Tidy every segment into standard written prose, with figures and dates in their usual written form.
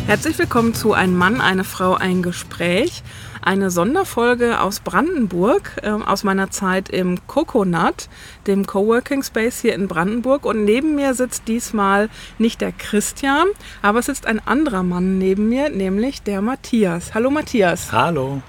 Herzlich willkommen zu Ein Mann, eine Frau, ein Gespräch. Eine Sonderfolge aus Brandenburg, aus meiner Zeit im Coconut, dem Coworking Space hier in Brandenburg. Und neben mir sitzt diesmal nicht der Christian, aber es sitzt ein anderer Mann neben mir, nämlich der Matthias. Hallo Matthias. Hallo.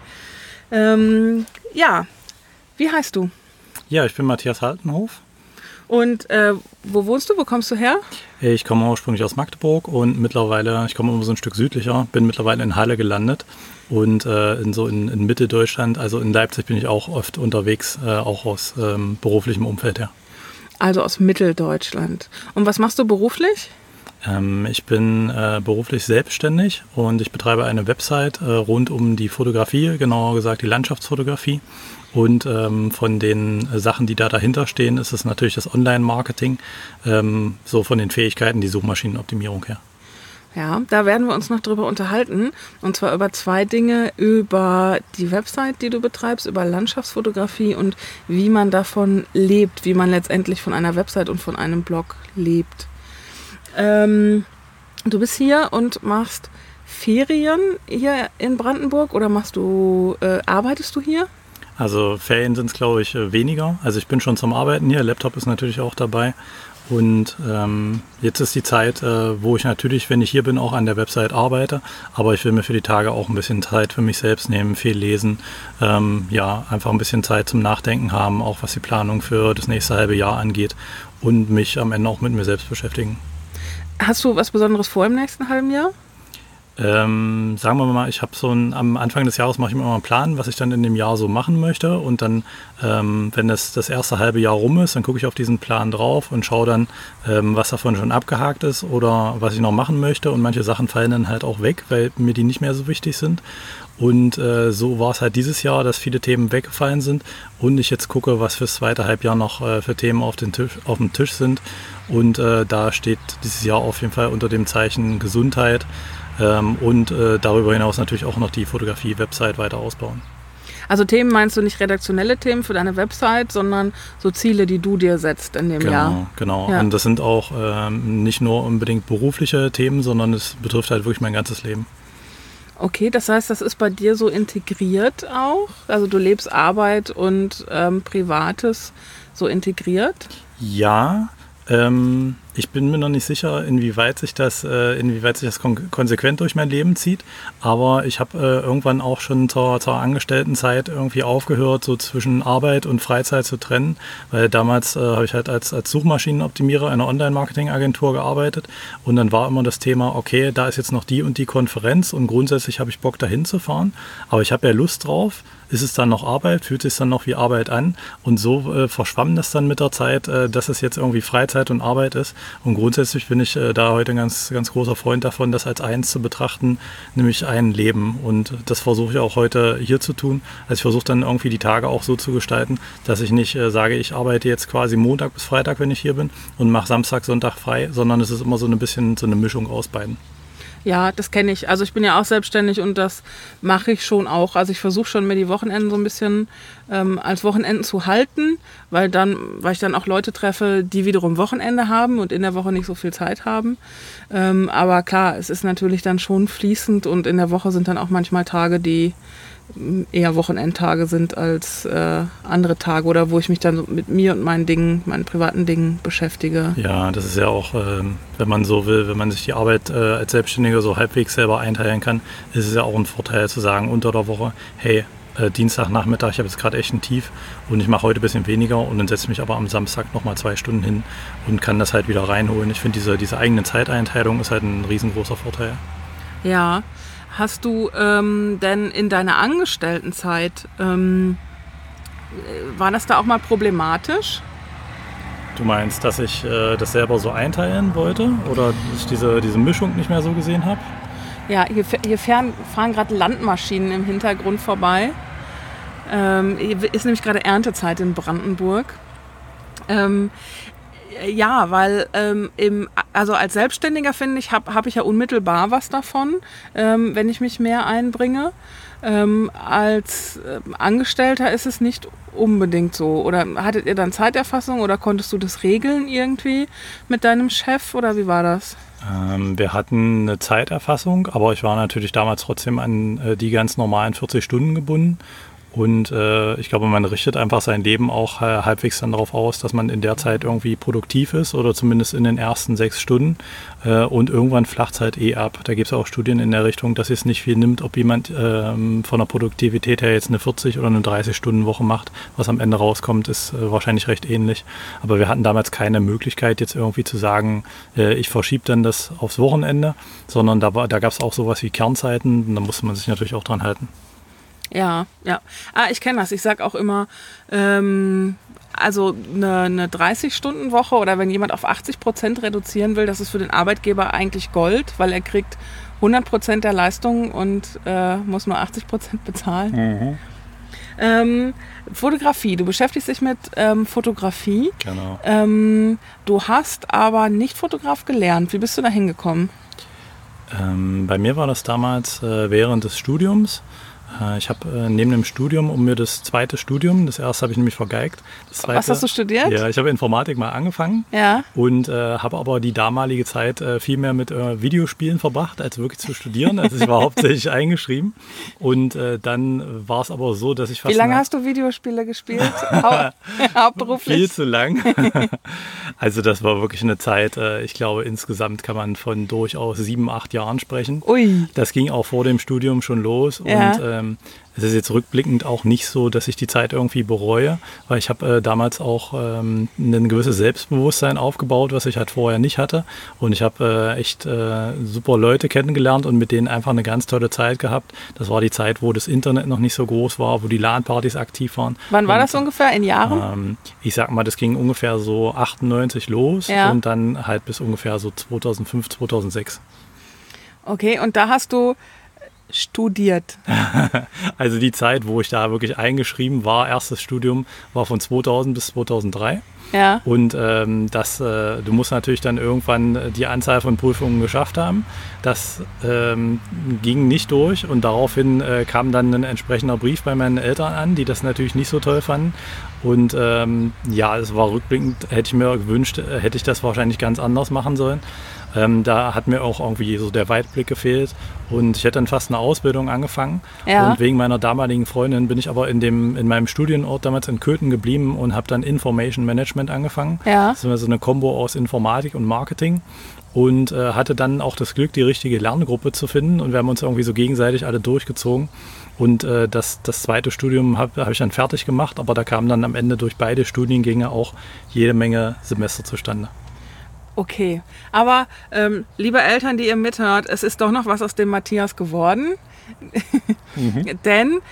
Ja, wie heißt du? Ja, ich bin Matthias Haltenhof. Und wo wohnst du? Wo kommst du her? Ich komme ursprünglich aus Magdeburg und mittlerweile, ich komme immer so ein Stück südlicher, bin mittlerweile in Halle gelandet und in Mitteldeutschland, also in Leipzig bin ich auch oft unterwegs, auch aus beruflichem Umfeld her. Also aus Mitteldeutschland. Und was machst du beruflich? Ich bin beruflich selbstständig und ich betreibe eine Website rund um die Fotografie, genauer gesagt die Landschaftsfotografie. Und von den Sachen, die da dahinter stehen, ist es natürlich das Online-Marketing, so von den Fähigkeiten die Suchmaschinenoptimierung her. Ja, da werden wir uns noch drüber unterhalten. Und zwar über zwei Dinge, über die Website, die du betreibst, über Landschaftsfotografie und wie man davon lebt, wie man letztendlich von einer Website und von einem Blog lebt. Du bist hier und machst Ferien hier in Brandenburg oder arbeitest du hier? Also Ferien sind es, glaube ich, weniger. Also ich bin schon zum Arbeiten hier, Laptop ist natürlich auch dabei. Und jetzt ist die Zeit, wo ich natürlich, wenn ich hier bin, auch an der Website arbeite. Aber ich will mir für die Tage auch ein bisschen Zeit für mich selbst nehmen, viel lesen. Einfach ein bisschen Zeit zum Nachdenken haben, auch was die Planung für das nächste halbe Jahr angeht. Und mich am Ende auch mit mir selbst beschäftigen. Hast du was Besonderes vor im nächsten halben Jahr? Sagen wir mal, ich habe am Anfang des Jahres mache ich mir immer einen Plan, was ich dann in dem Jahr so machen möchte. Und dann, wenn das erste halbe Jahr rum ist, dann gucke ich auf diesen Plan drauf und schaue dann, was davon schon abgehakt ist oder was ich noch machen möchte. Und manche Sachen fallen dann halt auch weg, weil mir die nicht mehr so wichtig sind. Und so war es halt dieses Jahr, dass viele Themen weggefallen sind und ich jetzt gucke, was fürs zweite Halbjahr noch für Themen auf dem Tisch sind. Und da steht dieses Jahr auf jeden Fall unter dem Zeichen Gesundheit und darüber hinaus natürlich auch noch die Fotografie-Website weiter ausbauen. Also Themen meinst du nicht redaktionelle Themen für deine Website, sondern so Ziele, die du dir setzt in dem Jahr? Genau. Ja. Und das sind auch nicht nur unbedingt berufliche Themen, sondern es betrifft halt wirklich mein ganzes Leben. Okay, das heißt, das ist bei dir so integriert auch? Also du lebst Arbeit und Privates so integriert? Ja, ich bin mir noch nicht sicher, inwieweit sich das konsequent durch mein Leben zieht. Aber ich habe irgendwann auch schon zur Angestelltenzeit irgendwie aufgehört, so zwischen Arbeit und Freizeit zu trennen. Weil damals habe ich halt als Suchmaschinenoptimierer einer Online-Marketing-Agentur gearbeitet. Und dann war immer das Thema, okay, da ist jetzt noch die und die Konferenz und grundsätzlich habe ich Bock, dahin zu fahren. Aber ich habe ja Lust drauf. Ist es dann noch Arbeit? Fühlt es sich dann noch wie Arbeit an? Und so verschwamm das dann mit der Zeit, dass es jetzt irgendwie Freizeit und Arbeit ist. Und grundsätzlich bin ich da heute ein ganz, ganz großer Freund davon, das als eins zu betrachten, nämlich ein Leben. Und das versuche ich auch heute hier zu tun. Also ich versuche dann irgendwie die Tage auch so zu gestalten, dass ich nicht sage, ich arbeite jetzt quasi Montag bis Freitag, wenn ich hier bin und mache Samstag, Sonntag frei, sondern es ist immer so eine Mischung aus beiden. Ja, das kenne ich. Also ich bin ja auch selbstständig und das mache ich schon auch. Also ich versuche schon, mir die Wochenenden so ein bisschen als Wochenenden zu halten, weil ich dann auch Leute treffe, die wiederum Wochenende haben und in der Woche nicht so viel Zeit haben. Aber klar, es ist natürlich dann schon fließend und in der Woche sind dann auch manchmal Tage, die eher Wochenendtage sind als andere Tage oder wo ich mich dann so mit mir und meinen privaten Dingen beschäftige. Ja, das ist ja auch, wenn man so will, wenn man sich die Arbeit als Selbstständiger so halbwegs selber einteilen kann, ist es ja auch ein Vorteil zu sagen unter der Woche, hey, Dienstagnachmittag, ich habe jetzt gerade echt ein Tief und ich mache heute ein bisschen weniger und dann setze ich mich aber am Samstag nochmal 2 Stunden hin und kann das halt wieder reinholen. Ich finde, diese eigene Zeiteinteilung ist halt ein riesengroßer Vorteil. Ja. Hast du denn in deiner Angestelltenzeit, war das da auch mal problematisch? Du meinst, dass ich das selber so einteilen wollte oder dass ich diese Mischung nicht mehr so gesehen habe? Ja, hier fahren gerade Landmaschinen im Hintergrund vorbei. Hier ist nämlich gerade Erntezeit in Brandenburg. Ja, weil also als Selbstständiger finde ich, hab ich ja unmittelbar was davon, wenn ich mich mehr einbringe. Als Angestellter ist es nicht unbedingt so. Oder hattet ihr dann Zeiterfassung oder konntest du das regeln irgendwie mit deinem Chef oder wie war das? Wir hatten eine Zeiterfassung, aber ich war natürlich damals trotzdem an die ganz normalen 40 Stunden gebunden. Und ich glaube, man richtet einfach sein Leben auch halbwegs dann darauf aus, dass man in der Zeit irgendwie produktiv ist oder zumindest in den ersten 6 Stunden. Und irgendwann flacht es halt ab. Da gibt es auch Studien in der Richtung, dass es nicht viel nimmt, ob jemand von der Produktivität her jetzt eine 40 oder eine 30-Stunden-Woche macht. Was am Ende rauskommt, ist wahrscheinlich recht ähnlich. Aber wir hatten damals keine Möglichkeit, jetzt irgendwie zu sagen, ich verschiebe dann das aufs Wochenende, sondern da gab es auch sowas wie Kernzeiten. Und da musste man sich natürlich auch dran halten. Ja. Ich kenne das. Ich sage auch immer, also eine 30-Stunden-Woche oder wenn jemand auf 80% reduzieren will, das ist für den Arbeitgeber eigentlich Gold, weil er kriegt 100% der Leistung und muss nur 80% bezahlen. Fotografie. Du beschäftigst dich mit Fotografie. Genau. Du hast aber nicht Fotograf gelernt. Wie bist du da hingekommen? Bei mir war das damals während des Studiums. Ich habe neben dem Studium um mir das zweite Studium, das erste habe ich nämlich vergeigt. Das zweite, was hast du studiert? Ja, ich habe Informatik mal angefangen und habe aber die damalige Zeit viel mehr mit Videospielen verbracht, als wirklich zu studieren. Also ich war hauptsächlich eingeschrieben und dann war es aber so, dass ich fast... Wie lange hast du Videospiele gespielt? Hauptberuflich? Viel zu lang. Also das war wirklich eine Zeit, ich glaube insgesamt kann man von durchaus 7, 8 Jahren sprechen. Ui. Das ging auch vor dem Studium schon los und es ist jetzt rückblickend auch nicht so, dass ich die Zeit irgendwie bereue, weil ich habe damals auch ein gewisses Selbstbewusstsein aufgebaut, was ich halt vorher nicht hatte. Und ich habe echt super Leute kennengelernt und mit denen einfach eine ganz tolle Zeit gehabt. Das war die Zeit, wo das Internet noch nicht so groß war, wo die LAN-Partys aktiv waren. Wann war das ungefähr? In Jahren? Ich sag mal, das ging ungefähr so 98 los und dann halt bis ungefähr so 2005, 2006. Okay, und da hast du studiert? Also die Zeit, wo ich da wirklich eingeschrieben war, erstes Studium, war von 2000 bis 2003. Ja. Und du musst natürlich dann irgendwann die Anzahl von Prüfungen geschafft haben. Das ging nicht durch und daraufhin kam dann ein entsprechender Brief bei meinen Eltern an, die das natürlich nicht so toll fanden. Und es war rückblickend, hätte ich mir gewünscht, hätte ich das wahrscheinlich ganz anders machen sollen. Da hat mir auch irgendwie so der Weitblick gefehlt und ich hätte dann fast eine Ausbildung angefangen. Ja. Und wegen meiner damaligen Freundin bin ich aber in meinem Studienort damals in Köthen geblieben und habe dann Information Management angefangen. Ja. Das ist also eine Kombo aus Informatik und Marketing und hatte dann auch das Glück, die richtige Lerngruppe zu finden und wir haben uns irgendwie so gegenseitig alle durchgezogen. Und das zweite Studium hab ich dann fertig gemacht, aber da kamen dann am Ende durch beide Studiengänge auch jede Menge Semester zustande. Okay, aber liebe Eltern, die ihr mithört, es ist doch noch was aus dem Matthias geworden. Denn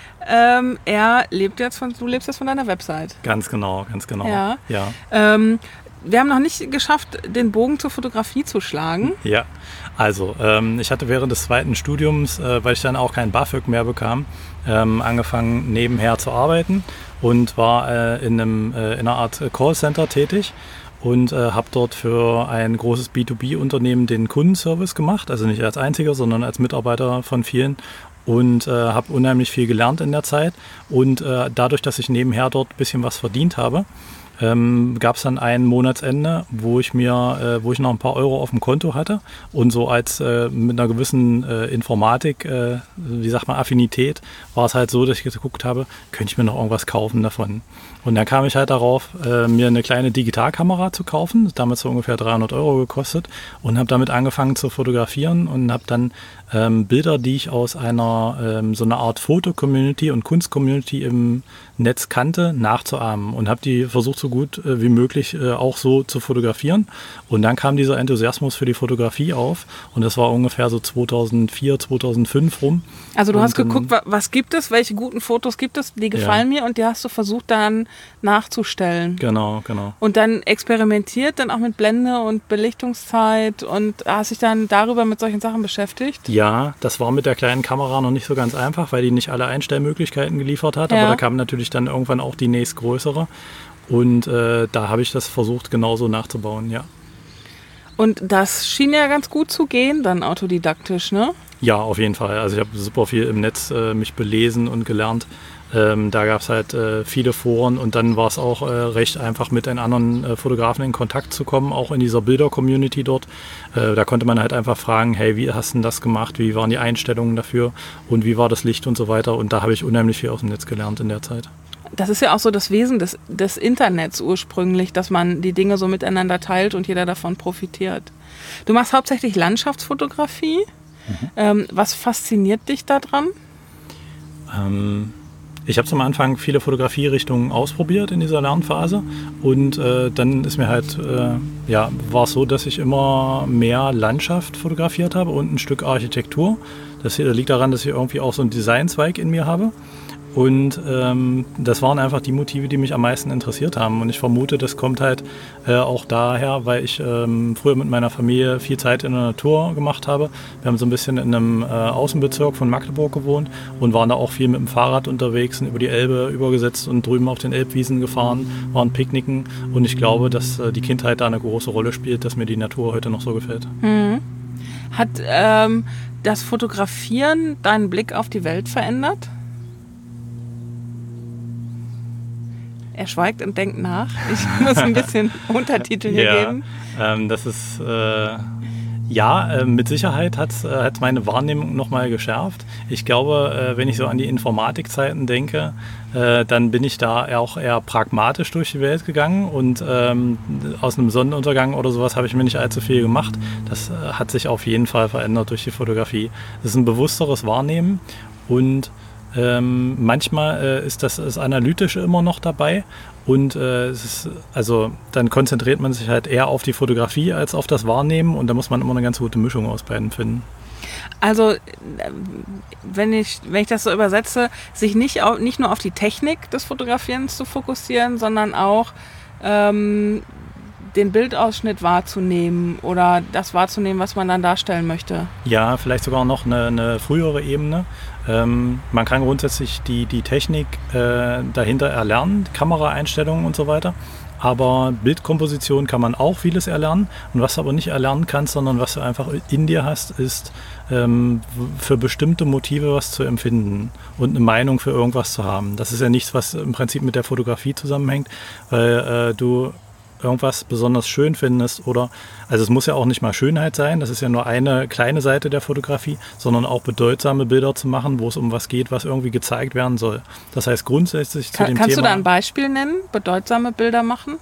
du lebst jetzt von deiner Website. Ganz genau. Ja. Wir haben noch nicht geschafft, den Bogen zur Fotografie zu schlagen. Ja, also ich hatte während des zweiten Studiums, weil ich dann auch kein BAföG mehr bekam, angefangen nebenher zu arbeiten und war in einer Art Callcenter tätig. Und habe dort für ein großes B2B-Unternehmen den Kundenservice gemacht, also nicht als einziger, sondern als Mitarbeiter von vielen und habe unheimlich viel gelernt in der Zeit und dadurch, dass ich nebenher dort ein bisschen was verdient habe, gab es dann ein Monatsende, wo ich noch ein paar Euro auf dem Konto hatte und so als mit einer gewissen Informatik, Affinität, war es halt so, dass ich geguckt habe, könnte ich mir noch irgendwas kaufen davon. Und dann kam ich halt darauf, mir eine kleine Digitalkamera zu kaufen, das hat damals so ungefähr 300 Euro gekostet und habe damit angefangen zu fotografieren und habe dann Bilder, die ich aus einer so einer Art Foto-Community und Kunst-Community im Netz kannte, nachzuahmen und habe die versucht, so gut wie möglich auch so zu fotografieren. Und dann kam dieser Enthusiasmus für die Fotografie auf und das war ungefähr so 2004, 2005 rum. Also du hast geguckt, was gibt es, welche guten Fotos gibt es, die gefallen mir und die hast du versucht dann nachzustellen. Genau. Und dann experimentiert, dann auch mit Blende und Belichtungszeit und hast dich dann darüber mit solchen Sachen beschäftigt? Ja, das war mit der kleinen Kamera noch nicht so ganz einfach, weil die nicht alle Einstellmöglichkeiten geliefert hat, aber da kam natürlich dann irgendwann auch die nächstgrößere. Und da habe ich das versucht, genauso nachzubauen, ja. Und das schien ja ganz gut zu gehen, dann autodidaktisch, ne? Ja, auf jeden Fall. Also ich habe super viel im Netz mich belesen und gelernt. Da gab es halt viele Foren und dann war es auch recht einfach, mit den anderen Fotografen in Kontakt zu kommen, auch in dieser Bilder-Community dort. Da konnte man halt einfach fragen, hey, wie hast du denn das gemacht? Wie waren die Einstellungen dafür? Und wie war das Licht und so weiter? Und da habe ich unheimlich viel aus dem Netz gelernt in der Zeit. Das ist ja auch so das Wesen des Internets ursprünglich, dass man die Dinge so miteinander teilt und jeder davon profitiert. Du machst hauptsächlich Landschaftsfotografie. Was fasziniert dich daran? Ich habe zum Anfang viele Fotografierichtungen ausprobiert in dieser Lernphase und dann ist mir halt, war es so, dass ich immer mehr Landschaft fotografiert habe und ein Stück Architektur. Das liegt daran, dass ich irgendwie auch so einen Designzweig in mir habe. Und das waren einfach die Motive, die mich am meisten interessiert haben. Und ich vermute, das kommt halt auch daher, weil ich früher mit meiner Familie viel Zeit in der Natur gemacht habe. Wir haben so ein bisschen in einem Außenbezirk von Magdeburg gewohnt und waren da auch viel mit dem Fahrrad unterwegs, sind über die Elbe übergesetzt und drüben auf den Elbwiesen gefahren, waren picknicken. Und ich glaube, dass die Kindheit da eine große Rolle spielt, dass mir die Natur heute noch so gefällt. Mhm. Hat das Fotografieren deinen Blick auf die Welt verändert? Er schweigt und denkt nach. Ich muss ein bisschen Untertitel hier geben. Das ist, mit Sicherheit hat es meine Wahrnehmung nochmal geschärft. Ich glaube, wenn ich so an die Informatikzeiten denke, dann bin ich da auch eher pragmatisch durch die Welt gegangen und aus einem Sonnenuntergang oder sowas habe ich mir nicht allzu viel gemacht. Das hat sich auf jeden Fall verändert durch die Fotografie. Das ist ein bewussteres Wahrnehmen und manchmal ist das Analytische immer noch dabei und dann konzentriert man sich halt eher auf die Fotografie als auf das Wahrnehmen und da muss man immer eine ganz gute Mischung aus beiden finden. Also wenn ich das so übersetze, sich nicht nur auf die Technik des Fotografierens zu fokussieren, sondern auch den Bildausschnitt wahrzunehmen oder das wahrzunehmen, was man dann darstellen möchte. Ja, vielleicht sogar noch eine frühere Ebene. Man kann grundsätzlich die Technik dahinter erlernen, Kameraeinstellungen und so weiter. Aber Bildkomposition kann man auch vieles erlernen. Und was du aber nicht erlernen kannst, sondern was du einfach in dir hast, ist für bestimmte Motive was zu empfinden und eine Meinung für irgendwas zu haben. Das ist ja nichts, was im Prinzip mit der Fotografie zusammenhängt, weil du irgendwas besonders schön findest also es muss ja auch nicht mal Schönheit sein, das ist ja nur eine kleine Seite der Fotografie, sondern auch bedeutsame Bilder zu machen, wo es um was geht, was irgendwie gezeigt werden soll. Das heißt grundsätzlich zu dem Thema... Kannst du da ein Beispiel nennen? Bedeutsame Bilder machen?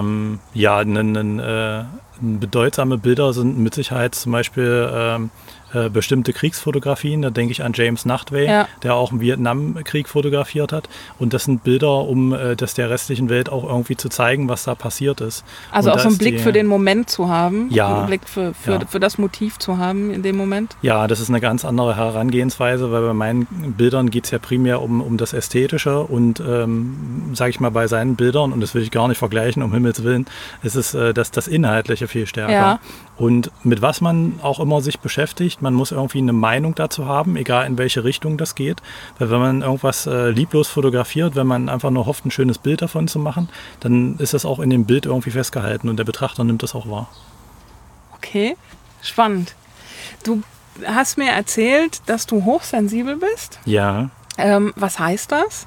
Bedeutsame Bilder sind mit Sicherheit zum Beispiel bestimmte Kriegsfotografien. Da denke ich an James Nachtwey, der auch im Vietnamkrieg fotografiert hat. Und das sind Bilder, um das der restlichen Welt auch irgendwie zu zeigen, was da passiert ist. Also auch so einen Blick für den Moment zu haben, einen Blick für das Motiv zu haben in dem Moment? Ja, das ist eine ganz andere Herangehensweise, weil bei meinen Bildern geht es ja primär um das Ästhetische und sage ich mal bei seinen Bildern, und das will ich gar nicht vergleichen, um Himmels Willen, ist es das Inhaltliche viel stärker. Ja. Und mit was man auch immer sich beschäftigt, man muss irgendwie eine Meinung dazu haben, egal in welche Richtung das geht. Weil wenn man irgendwas lieblos fotografiert, wenn man einfach nur hofft, ein schönes Bild davon zu machen, dann ist das auch in dem Bild irgendwie festgehalten und der Betrachter nimmt das auch wahr. Okay, spannend. Du hast mir erzählt, dass du hochsensibel bist. Ja. Was heißt das?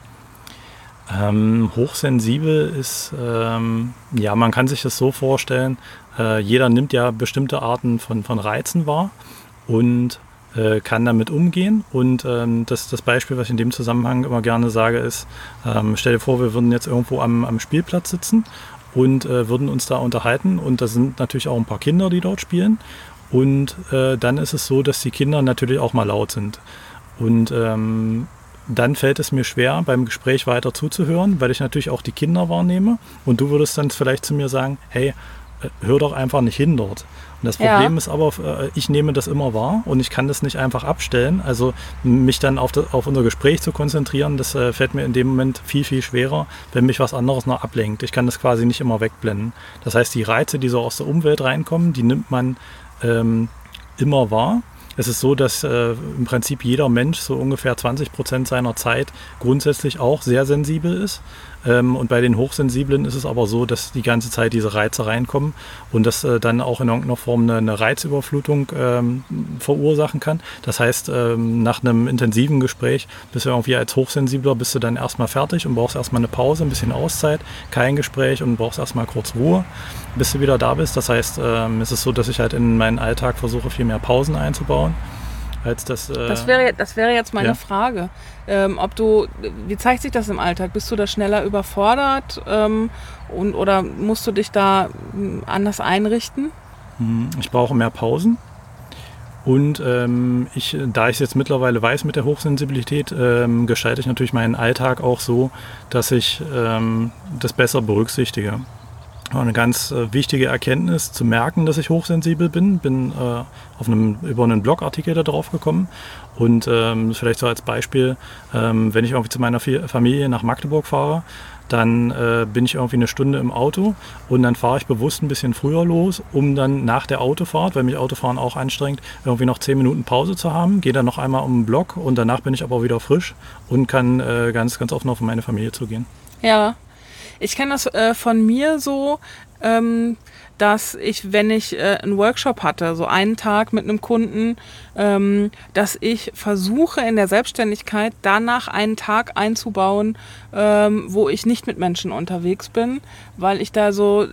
Hochsensibel ist, man kann sich das so vorstellen, jeder nimmt ja bestimmte Arten von Reizen wahr und kann damit umgehen. Und das Beispiel, was ich in dem Zusammenhang immer gerne sage, ist, stell dir vor, wir würden jetzt irgendwo am Spielplatz sitzen und würden uns da unterhalten. Und da sind natürlich auch ein paar Kinder, die dort spielen. Und dann ist es so, dass die Kinder natürlich auch mal laut sind. Und dann fällt es mir schwer, beim Gespräch weiter zuzuhören, weil ich natürlich auch die Kinder wahrnehme. Und du würdest dann vielleicht zu mir sagen, hey, hör doch einfach nicht hin dort. Und das Problem ist aber, ich nehme das immer wahr und ich kann das nicht einfach abstellen. Also mich dann auf unser Gespräch zu konzentrieren, das fällt mir in dem Moment viel, viel schwerer, wenn mich was anderes noch ablenkt. Ich kann das quasi nicht immer wegblenden. Das heißt, die Reize, die so aus der Umwelt reinkommen, die nimmt man immer wahr. Es ist so, dass im Prinzip jeder Mensch so ungefähr 20% seiner Zeit grundsätzlich auch sehr sensibel ist. Und bei den Hochsensiblen ist es aber so, dass die ganze Zeit diese Reize reinkommen und das dann auch in irgendeiner Form eine Reizüberflutung verursachen kann. Das heißt, nach einem intensiven Gespräch bist du irgendwie als Hochsensibler, bist du dann erstmal fertig und brauchst erstmal eine Pause, ein bisschen Auszeit, kein Gespräch und brauchst erstmal kurz Ruhe, bis du wieder da bist. Das heißt, es ist so, dass ich halt in meinen Alltag versuche, viel mehr Pausen einzubauen. Als das wäre jetzt meine Frage. Wie zeigt sich das im Alltag? Bist du da schneller überfordert oder musst du dich da anders einrichten? Ich brauche mehr Pausen. Und da ich es jetzt mittlerweile weiß mit der Hochsensibilität, gestalte ich natürlich meinen Alltag auch so, dass ich das besser berücksichtige. Eine ganz wichtige Erkenntnis, zu merken, dass ich hochsensibel bin. Bin über einen Blogartikel da drauf gekommen. Und vielleicht so als Beispiel, wenn ich irgendwie zu meiner Familie nach Magdeburg fahre, dann bin ich irgendwie eine Stunde im Auto und dann fahre ich bewusst ein bisschen früher los, um dann nach der Autofahrt, weil mich Autofahren auch anstrengt, irgendwie noch 10 Minuten Pause zu haben. Gehe dann noch einmal um den Block und danach bin ich aber wieder frisch und kann ganz, ganz offen auf meine Familie zugehen. Ja. Ich kenne das von mir so, dass ich, wenn ich einen Workshop hatte, so einen Tag mit einem Kunden, dass ich versuche in der Selbstständigkeit danach einen Tag einzubauen, wo ich nicht mit Menschen unterwegs bin, weil ich da so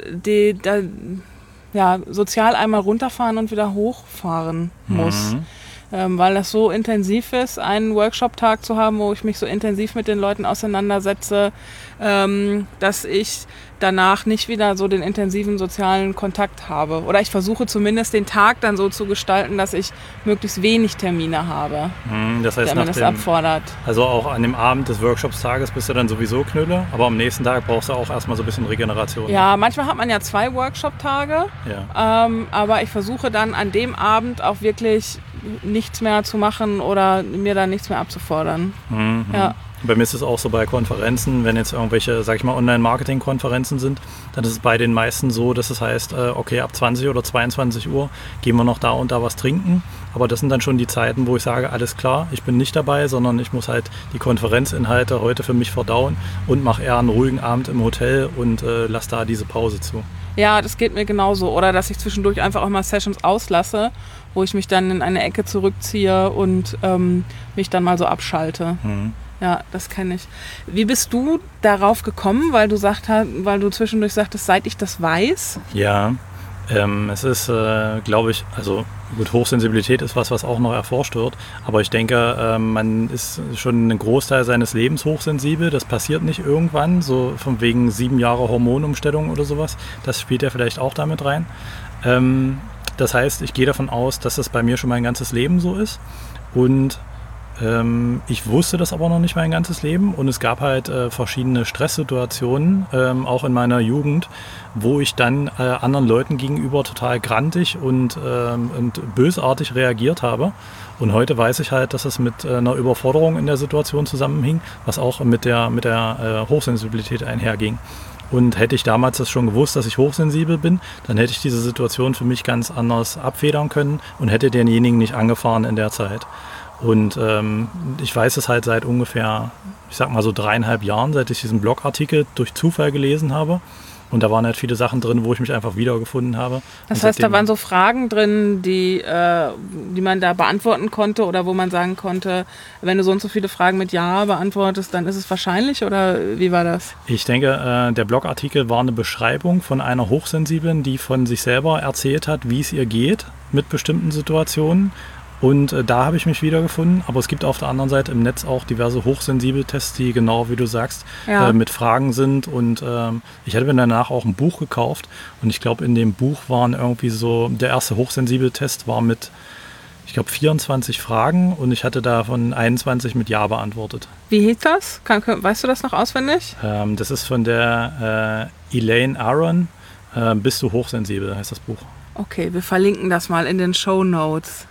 sozial einmal runterfahren und wieder hochfahren muss. Weil das so intensiv ist, einen Workshop-Tag zu haben, wo ich mich so intensiv mit den Leuten auseinandersetze, dass ich danach nicht wieder so den intensiven sozialen Kontakt habe. Oder ich versuche zumindest den Tag dann so zu gestalten, dass ich möglichst wenig Termine habe, das heißt, wenn man das abfordert. Also auch an dem Abend des Workshops-Tages bist du dann sowieso Knülle, aber am nächsten Tag brauchst du auch erstmal so ein bisschen Regeneration. Ja, manchmal hat man ja 2 Workshop-Tage, aber ich versuche dann an dem Abend auch wirklich nichts mehr zu machen oder mir dann nichts mehr abzufordern. Ja. Bei mir ist es auch so bei Konferenzen, wenn jetzt irgendwelche, sag ich mal, Online-Marketing-Konferenzen sind, dann ist es bei den meisten so, dass es heißt, okay, ab 20 oder 22 Uhr gehen wir noch da und da was trinken. Aber das sind dann schon die Zeiten, wo ich sage, alles klar, ich bin nicht dabei, sondern ich muss halt die Konferenzinhalte heute für mich verdauen und mache eher einen ruhigen Abend im Hotel und lasse da diese Pause zu. Ja, das geht mir genauso. Oder dass ich zwischendurch einfach auch mal Sessions auslasse, wo ich mich dann in eine Ecke zurückziehe und mich dann mal so abschalte. Ja, das kenne ich. Wie bist du darauf gekommen, weil du zwischendurch sagtest, seit ich das weiß? Ja, es ist, glaube ich, also gut, Hochsensibilität ist was auch noch erforscht wird, aber ich denke, man ist schon einen Großteil seines Lebens hochsensibel. Das passiert nicht irgendwann, so von wegen 7 Jahre Hormonumstellung oder sowas. Das spielt ja vielleicht auch damit rein. Das heißt, ich gehe davon aus, dass das bei mir schon mein ganzes Leben so ist und ich wusste das aber noch nicht mein ganzes Leben und es gab halt verschiedene Stresssituationen, auch in meiner Jugend, wo ich dann anderen Leuten gegenüber total grantig und bösartig reagiert habe. Und heute weiß ich halt, dass es mit einer Überforderung in der Situation zusammenhing, was auch mit der Hochsensibilität einherging. Und hätte ich damals das schon gewusst, dass ich hochsensibel bin, dann hätte ich diese Situation für mich ganz anders abfedern können und hätte denjenigen nicht angefahren in der Zeit. Und ich weiß es halt seit ungefähr, ich sag mal so 3,5 Jahren, seit ich diesen Blogartikel durch Zufall gelesen habe. Und da waren halt viele Sachen drin, wo ich mich einfach wiedergefunden habe. Das heißt, da waren so Fragen drin, die man da beantworten konnte oder wo man sagen konnte, wenn du so und so viele Fragen mit Ja beantwortest, dann ist es wahrscheinlich, oder wie war das? Ich denke, der Blogartikel war eine Beschreibung von einer Hochsensiblen, die von sich selber erzählt hat, wie es ihr geht mit bestimmten Situationen. Und da habe ich mich wiedergefunden, aber es gibt auf der anderen Seite im Netz auch diverse Hochsensibel-Tests, die genau wie du sagst, mit Fragen sind. Und ich hatte mir danach auch ein Buch gekauft und ich glaube, in dem Buch waren irgendwie so, der erste Hochsensibel-Test war mit, ich glaube, 24 Fragen und ich hatte davon 21 mit Ja beantwortet. Wie hieß das? Weißt du das noch auswendig? Das ist von der Elaine Aron, Bist du hochsensibel, heißt das Buch. Okay, wir verlinken das mal in den Shownotes.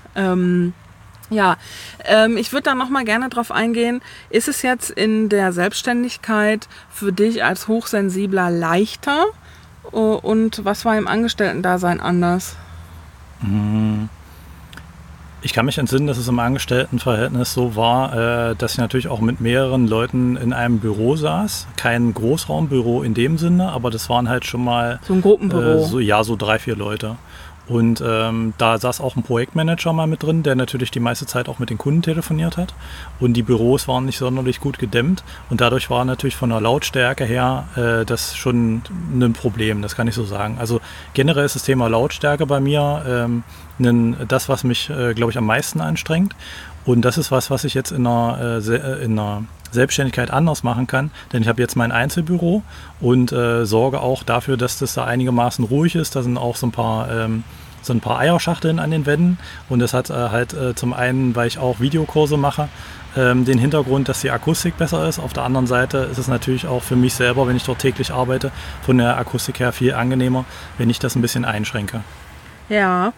Ich würde da noch mal gerne drauf eingehen. Ist es jetzt in der Selbstständigkeit für dich als Hochsensibler leichter? Und was war im Angestellten-Dasein anders? Ich kann mich entsinnen, dass es im Angestelltenverhältnis so war, dass ich natürlich auch mit mehreren Leuten in einem Büro saß. Kein Großraumbüro in dem Sinne, aber das waren halt schon mal So ein Gruppenbüro. so 3-4 Leute. Und da saß auch ein Projektmanager mal mit drin, der natürlich die meiste Zeit auch mit den Kunden telefoniert hat. Und die Büros waren nicht sonderlich gut gedämmt. Und dadurch war natürlich von der Lautstärke her das schon ein Problem, das kann ich so sagen. Also generell ist das Thema Lautstärke bei mir das, was mich, glaube ich, am meisten anstrengt. Und das ist was ich jetzt in einer Selbstständigkeit anders machen kann, denn ich habe jetzt mein Einzelbüro und sorge auch dafür, dass das da einigermaßen ruhig ist. Da sind auch so ein paar Eierschachteln an den Wänden und das hat zum einen, weil ich auch Videokurse mache, den Hintergrund, dass die Akustik besser ist. Auf der anderen Seite ist es natürlich auch für mich selber, wenn ich dort täglich arbeite, von der Akustik her viel angenehmer, wenn ich das ein bisschen einschränke. Ja.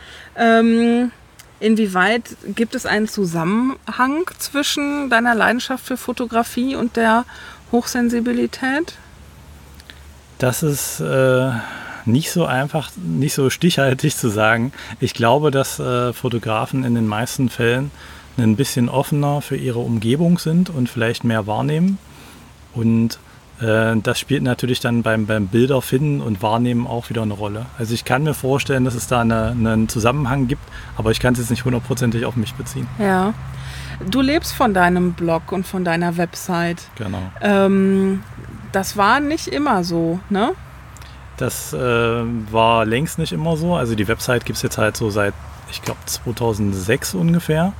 Inwieweit gibt es einen Zusammenhang zwischen deiner Leidenschaft für Fotografie und der Hochsensibilität? Das ist nicht so einfach, nicht so stichhaltig zu sagen. Ich glaube, dass Fotografen in den meisten Fällen ein bisschen offener für ihre Umgebung sind und vielleicht mehr wahrnehmen. Und das spielt natürlich dann beim Bilderfinden und Wahrnehmen auch wieder eine Rolle. Also ich kann mir vorstellen, dass es da einen Zusammenhang gibt, aber ich kann es jetzt nicht hundertprozentig auf mich beziehen. Ja. Du lebst von deinem Blog und von deiner Website. Genau. Das war nicht immer so, ne? Das war längst nicht immer so. Also die Website gibt es jetzt halt so seit, ich glaube, 2006 ungefähr.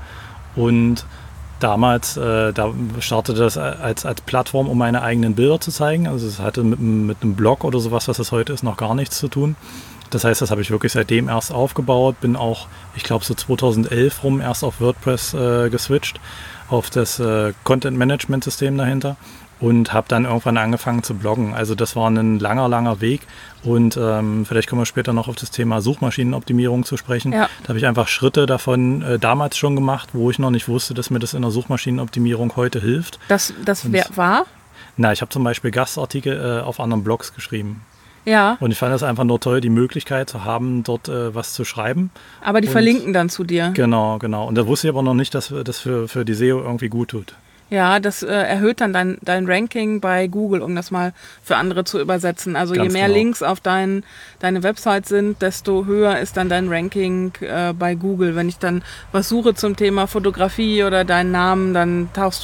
Und damals, da startete das als Plattform, um meine eigenen Bilder zu zeigen. Also es hatte mit einem Blog oder sowas, was es heute ist, noch gar nichts zu tun. Das heißt, das habe ich wirklich seitdem erst aufgebaut. Bin auch, ich glaube, so 2011 rum erst auf WordPress geswitcht, auf das Content-Management-System dahinter. Und habe dann irgendwann angefangen zu bloggen. Also das war ein langer Weg. Und vielleicht kommen wir später noch auf das Thema Suchmaschinenoptimierung zu sprechen. Ja. Da habe ich einfach Schritte davon damals schon gemacht, wo ich noch nicht wusste, dass mir das in der Suchmaschinenoptimierung heute hilft. Das war? Na, ich habe zum Beispiel Gastartikel auf anderen Blogs geschrieben. Ja. Und ich fand das einfach nur toll, die Möglichkeit zu haben, dort was zu schreiben. Aber die verlinken dann zu dir. Genau. Und da wusste ich aber noch nicht, dass das für die SEO irgendwie gut tut. Ja, das erhöht dann dein Ranking bei Google, um das mal für andere zu übersetzen. Also Ganz je mehr genau. Links auf deine Website sind, desto höher ist dann dein Ranking bei Google. Wenn ich dann was suche zum Thema Fotografie oder deinen Namen, dann taucht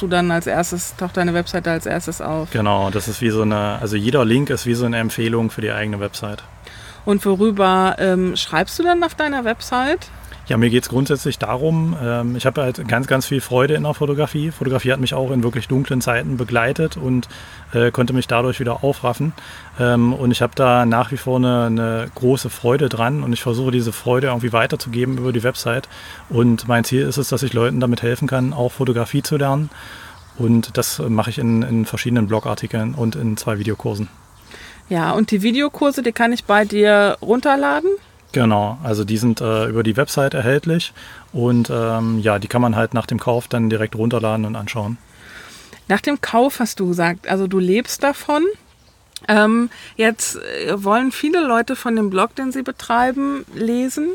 deine Website als erstes auf. Genau, das ist wie also jeder Link ist wie so eine Empfehlung für die eigene Website. Und worüber schreibst du dann auf deiner Website? Ja, mir geht es grundsätzlich darum, ich habe halt ganz viel Freude in der Fotografie. Fotografie hat mich auch in wirklich dunklen Zeiten begleitet und konnte mich dadurch wieder aufraffen. Und ich habe da nach wie vor eine große Freude dran und ich versuche diese Freude irgendwie weiterzugeben über die Website. Und mein Ziel ist es, dass ich Leuten damit helfen kann, auch Fotografie zu lernen. Und das mache ich in verschiedenen Blogartikeln und in 2 Videokursen. Ja, und die Videokurse, die kann ich bei dir runterladen? Genau, also die sind über die Website erhältlich und die kann man halt nach dem Kauf dann direkt runterladen und anschauen. Nach dem Kauf hast du gesagt, also du lebst davon. Jetzt wollen viele Leute von dem Blog, den sie betreiben, leben.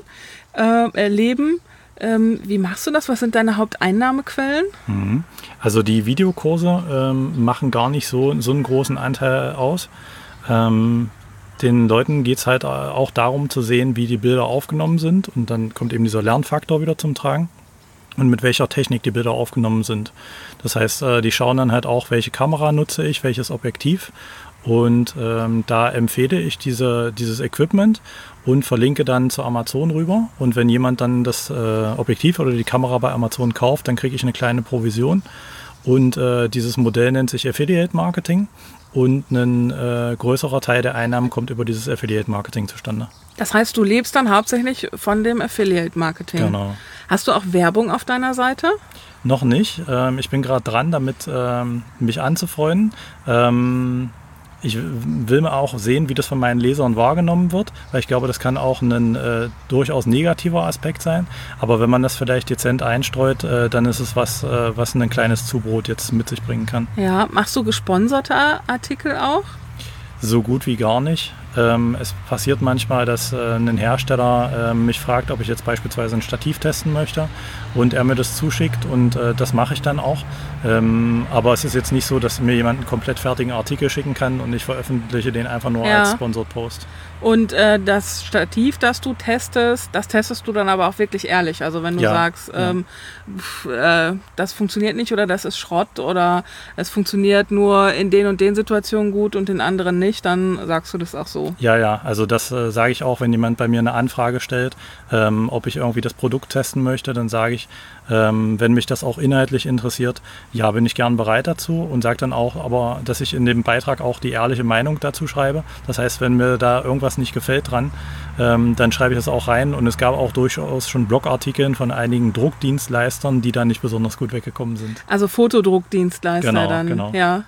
Wie machst du das? Was sind deine Haupteinnahmequellen? Also die Videokurse machen gar nicht so einen großen Anteil aus. Den Leuten geht es halt auch darum zu sehen, wie die Bilder aufgenommen sind und dann kommt eben dieser Lernfaktor wieder zum Tragen und mit welcher Technik die Bilder aufgenommen sind. Das heißt, die schauen dann halt auch, welche Kamera nutze ich, welches Objektiv und da empfehle ich dieses Equipment und verlinke dann zu Amazon rüber und wenn jemand dann das Objektiv oder die Kamera bei Amazon kauft, dann kriege ich eine kleine Provision und dieses Modell nennt sich Affiliate Marketing. Und ein größerer Teil der Einnahmen kommt über dieses Affiliate-Marketing zustande. Das heißt, du lebst dann hauptsächlich von dem Affiliate-Marketing. Genau. Hast du auch Werbung auf deiner Seite? Noch nicht. Ich bin gerade dran, damit mich anzufreunden. Ich will auch sehen, wie das von meinen Lesern wahrgenommen wird, weil ich glaube, das kann auch ein durchaus negativer Aspekt sein. Aber wenn man das vielleicht dezent einstreut, dann ist es was ein kleines Zubrot jetzt mit sich bringen kann. Ja, machst du gesponserte Artikel auch? So gut wie gar nicht. Es passiert manchmal, dass ein Hersteller mich fragt, ob ich jetzt beispielsweise ein Stativ testen möchte und er mir das zuschickt und das mache ich dann auch. Aber es ist jetzt nicht so, dass mir jemand einen komplett fertigen Artikel schicken kann und ich veröffentliche den einfach nur als Sponsored Post. Und das Stativ, das du testest, das testest du dann aber auch wirklich ehrlich. Also wenn du sagst, das funktioniert nicht oder das ist Schrott oder es funktioniert nur in den und den Situationen gut und in anderen nicht, dann sagst du das auch so. Ja, also das sage ich auch, wenn jemand bei mir eine Anfrage stellt, ob ich irgendwie das Produkt testen möchte, dann sage ich, wenn mich das auch inhaltlich interessiert, ja, bin ich gern bereit dazu und sage dann auch, aber dass ich in dem Beitrag auch die ehrliche Meinung dazu schreibe. Das heißt, wenn mir da irgendwas nicht gefällt dran, dann schreibe ich das auch rein und es gab auch durchaus schon Blogartikel von einigen Druckdienstleistern, die da nicht besonders gut weggekommen sind. Also Fotodruckdienstleister dann. Genau. Ja.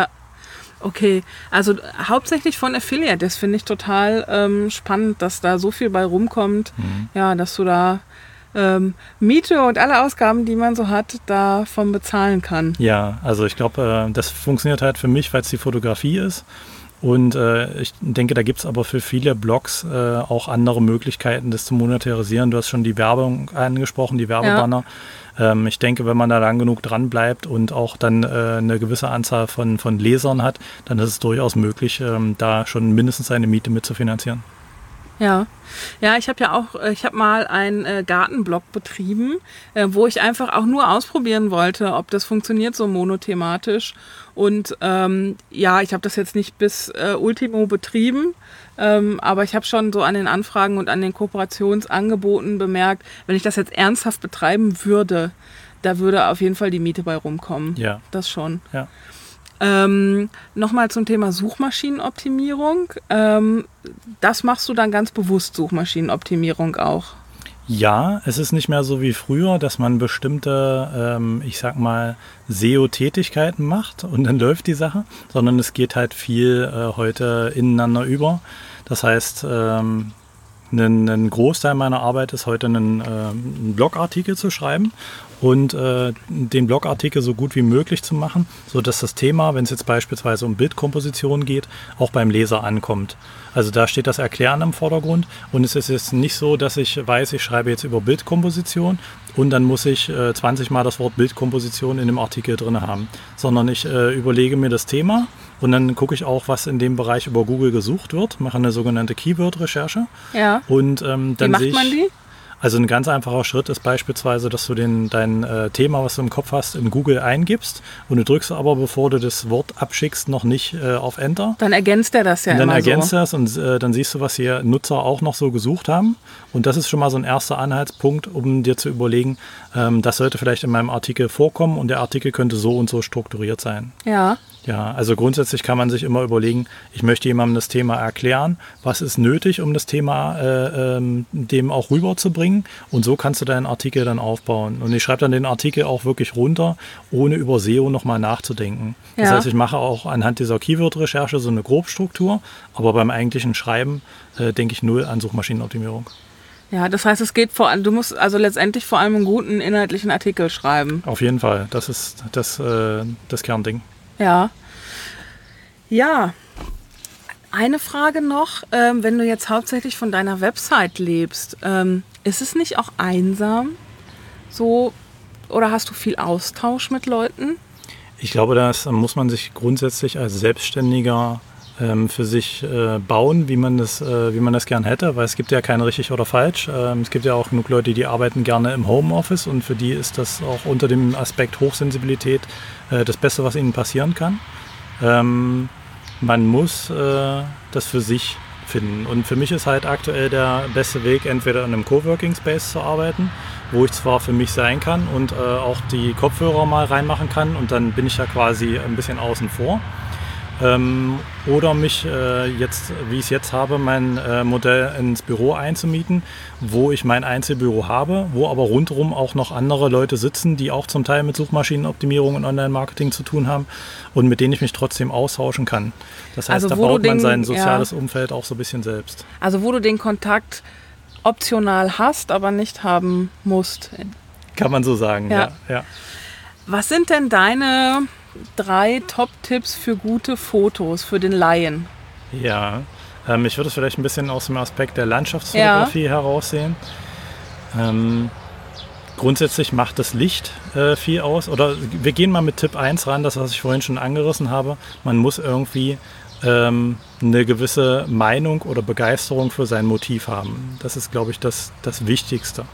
Okay, also hauptsächlich von Affiliate, das finde ich total spannend, dass da so viel bei rumkommt, dass du da Miete und alle Ausgaben, die man so hat, davon bezahlen kann. Ja, also ich glaube, das funktioniert halt für mich, weil es die Fotografie ist. Und ich denke, da gibt es aber für viele Blogs auch andere Möglichkeiten, das zu monetarisieren. Du hast schon die Werbung angesprochen, die Werbebanner. Ich denke, wenn man da lang genug dran bleibt und auch dann eine gewisse Anzahl von Lesern hat, dann ist es durchaus möglich, da schon mindestens eine Miete mitzufinanzieren. Ja, ich habe mal einen Gartenblog betrieben, wo ich einfach auch nur ausprobieren wollte, ob das funktioniert so monothematisch. Und ich habe das jetzt nicht bis Ultimo betrieben, aber ich habe schon so an den Anfragen und an den Kooperationsangeboten bemerkt, wenn ich das jetzt ernsthaft betreiben würde, da würde auf jeden Fall die Miete bei rumkommen. Ja. Das schon. Ja. Nochmal zum Thema Suchmaschinenoptimierung. Das machst du dann ganz bewusst, Suchmaschinenoptimierung auch? Ja, es ist nicht mehr so wie früher, dass man bestimmte, SEO-Tätigkeiten macht und dann läuft die Sache, sondern es geht halt viel heute ineinander über. Das heißt, ein Großteil meiner Arbeit ist heute einen Blogartikel zu schreiben und den Blogartikel so gut wie möglich zu machen, sodass das Thema, wenn es jetzt beispielsweise um Bildkomposition geht, auch beim Leser ankommt. Also da steht das Erklären im Vordergrund und es ist jetzt nicht so, dass ich weiß, ich schreibe jetzt über Bildkomposition und dann muss ich 20 Mal das Wort Bildkomposition in dem Artikel drin haben, sondern ich überlege mir das Thema und dann gucke ich auch, was in dem Bereich über Google gesucht wird, mache eine sogenannte Keyword-Recherche. Ja. Und dann wie macht man die? Also ein ganz einfacher Schritt ist beispielsweise, dass du dein Thema, was du im Kopf hast, in Google eingibst und du drückst aber, bevor du das Wort abschickst, noch nicht auf Enter. Dann ergänzt er das ja immer so. Dann ergänzt er das und dann siehst du, was hier Nutzer auch noch so gesucht haben. Und das ist schon mal so ein erster Anhaltspunkt, um dir zu überlegen, das sollte vielleicht in meinem Artikel vorkommen und der Artikel könnte so und so strukturiert sein. Ja. Ja, also grundsätzlich kann man sich immer überlegen, ich möchte jemandem das Thema erklären, was ist nötig, um das Thema dem auch rüberzubringen und so kannst du deinen Artikel dann aufbauen. Und ich schreibe dann den Artikel auch wirklich runter, ohne über SEO nochmal nachzudenken. Das heißt, ich mache auch anhand dieser Keyword-Recherche so eine Grobstruktur, aber beim eigentlichen Schreiben denke ich null an Suchmaschinenoptimierung. Ja, das heißt, es geht du musst also letztendlich vor allem einen guten inhaltlichen Artikel schreiben. Auf jeden Fall, das ist das Kernding. Ja. Ja. Eine Frage noch, wenn du jetzt hauptsächlich von deiner Website lebst, ist es nicht auch einsam so oder hast du viel Austausch mit Leuten? Ich glaube, das muss man sich grundsätzlich als Selbstständiger für sich bauen, wie man das gern hätte, weil es gibt ja kein richtig oder falsch. Es gibt ja auch genug Leute, die arbeiten gerne im Homeoffice und für die ist das auch unter dem Aspekt Hochsensibilität das Beste, was ihnen passieren kann. Man muss das für sich finden und für mich ist halt aktuell der beste Weg, entweder in einem Coworking Space zu arbeiten, wo ich zwar für mich sein kann und auch die Kopfhörer mal reinmachen kann und dann bin ich ja quasi ein bisschen außen vor. Oder mich jetzt, wie ich es jetzt habe, mein Modell ins Büro einzumieten, wo ich mein Einzelbüro habe, wo aber rundherum auch noch andere Leute sitzen, die auch zum Teil mit Suchmaschinenoptimierung und Online-Marketing zu tun haben und mit denen ich mich trotzdem austauschen kann. Das heißt, da baut man sein soziales Umfeld auch so ein bisschen selbst. Also wo du den Kontakt optional hast, aber nicht haben musst. Kann man so sagen, ja. Was sind denn deine 3 Top-Tipps für gute Fotos für den Laien? Ja, Ich würde es vielleicht ein bisschen aus dem Aspekt der Landschaftsfotografie heraussehen. Grundsätzlich macht das Licht viel aus. Oder wir gehen mal mit Tipp 1 ran, das, was ich vorhin schon angerissen habe. Man muss irgendwie eine gewisse Meinung oder Begeisterung für sein Motiv haben. Das ist, glaube ich, das Wichtigste.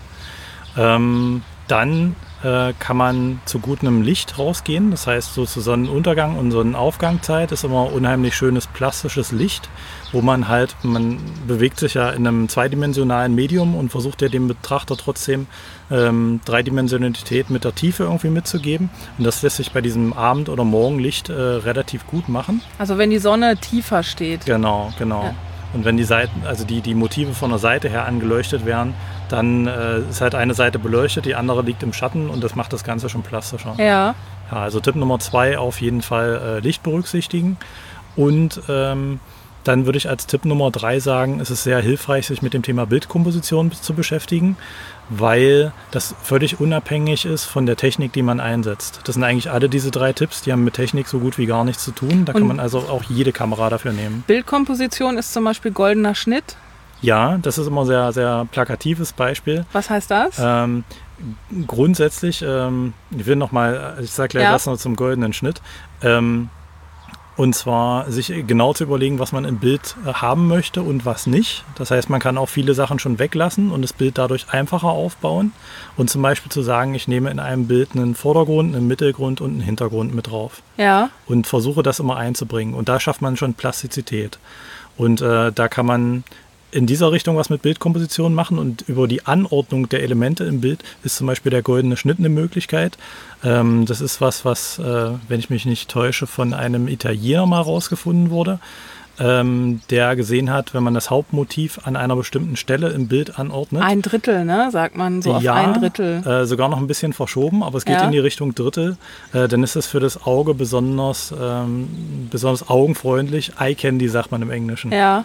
Dann kann man zu gutem Licht rausgehen. Das heißt, so zu Sonnenuntergang und Sonnenaufgangszeit ist immer unheimlich schönes plastisches Licht, wo man bewegt sich ja in einem zweidimensionalen Medium und versucht ja dem Betrachter trotzdem Dreidimensionalität mit der Tiefe irgendwie mitzugeben. Und das lässt sich bei diesem Abend- oder Morgenlicht relativ gut machen. Also wenn die Sonne tiefer steht. Genau. Ja. Und wenn die Seiten, also die Motive von der Seite her angeleuchtet werden, dann ist halt eine Seite beleuchtet, die andere liegt im Schatten und das macht das Ganze schon plastischer. Ja. Ja, also Tipp Nummer 2 auf jeden Fall Licht berücksichtigen. Und dann würde ich als Tipp Nummer 3 sagen, es ist sehr hilfreich, sich mit dem Thema Bildkomposition zu beschäftigen, weil das völlig unabhängig ist von der Technik, die man einsetzt. Das sind eigentlich alle diese 3 Tipps, die haben mit Technik so gut wie gar nichts zu tun. Da kann man also auch jede Kamera dafür nehmen. Bildkomposition ist zum Beispiel goldener Schnitt. Ja, das ist immer ein sehr, sehr plakatives Beispiel. Was heißt das? Grundsätzlich, ich sage gleich was noch zum goldenen Schnitt. Und zwar sich genau zu überlegen, was man im Bild haben möchte und was nicht. Das heißt, man kann auch viele Sachen schon weglassen und das Bild dadurch einfacher aufbauen. Und zum Beispiel zu sagen, ich nehme in einem Bild einen Vordergrund, einen Mittelgrund und einen Hintergrund mit drauf. Ja. Und versuche das immer einzubringen. Und da schafft man schon Plastizität. Und da kann man in dieser Richtung was mit Bildkomposition machen und über die Anordnung der Elemente im Bild ist zum Beispiel der goldene Schnitt eine Möglichkeit. Das ist was, wenn ich mich nicht täusche, von einem Italiener mal rausgefunden wurde, der gesehen hat, wenn man das Hauptmotiv an einer bestimmten Stelle im Bild anordnet. 1/3, ne? Sagt man so auf 1/3. Sogar noch ein bisschen verschoben, aber es geht in die Richtung Drittel. Dann ist es für das Auge besonders augenfreundlich. Eye Candy sagt man im Englischen. Ja.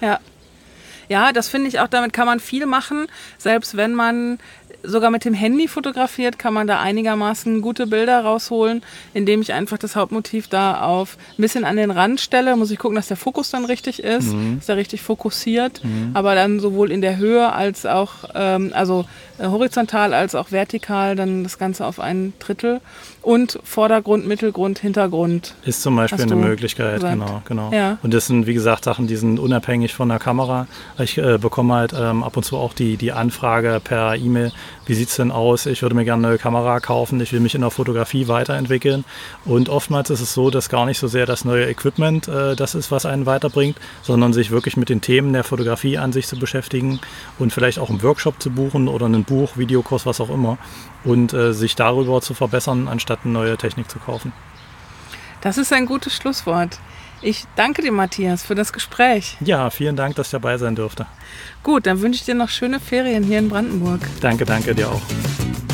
Ja, das finde ich auch, damit kann man viel machen. Selbst wenn man sogar mit dem Handy fotografiert, kann man da einigermaßen gute Bilder rausholen, indem ich einfach das Hauptmotiv da ein bisschen an den Rand stelle. Muss ich gucken, dass der Fokus dann richtig ist, dass er richtig fokussiert. Aber dann sowohl in der Höhe als auch, horizontal als auch vertikal, dann das Ganze auf 1/3. Und Vordergrund, Mittelgrund, Hintergrund. Ist zum Beispiel eine Möglichkeit, genau. Ja. Und das sind, wie gesagt, Sachen, die sind unabhängig von der Kamera. Ich bekomme halt ab und zu auch die Anfrage per E-Mail, wie sieht es denn aus? Ich würde mir gerne eine neue Kamera kaufen, ich will mich in der Fotografie weiterentwickeln. Und oftmals ist es so, dass gar nicht so sehr das neue Equipment das ist, was einen weiterbringt, sondern sich wirklich mit den Themen der Fotografie an sich zu beschäftigen und vielleicht auch einen Workshop zu buchen oder ein Buch, Videokurs, was auch immer. Und sich darüber zu verbessern, anstatt eine neue Technik zu kaufen. Das ist ein gutes Schlusswort. Ich danke dir, Matthias, für das Gespräch. Ja, vielen Dank, dass ich dabei sein durfte. Gut, dann wünsche ich dir noch schöne Ferien hier in Brandenburg. Danke dir auch.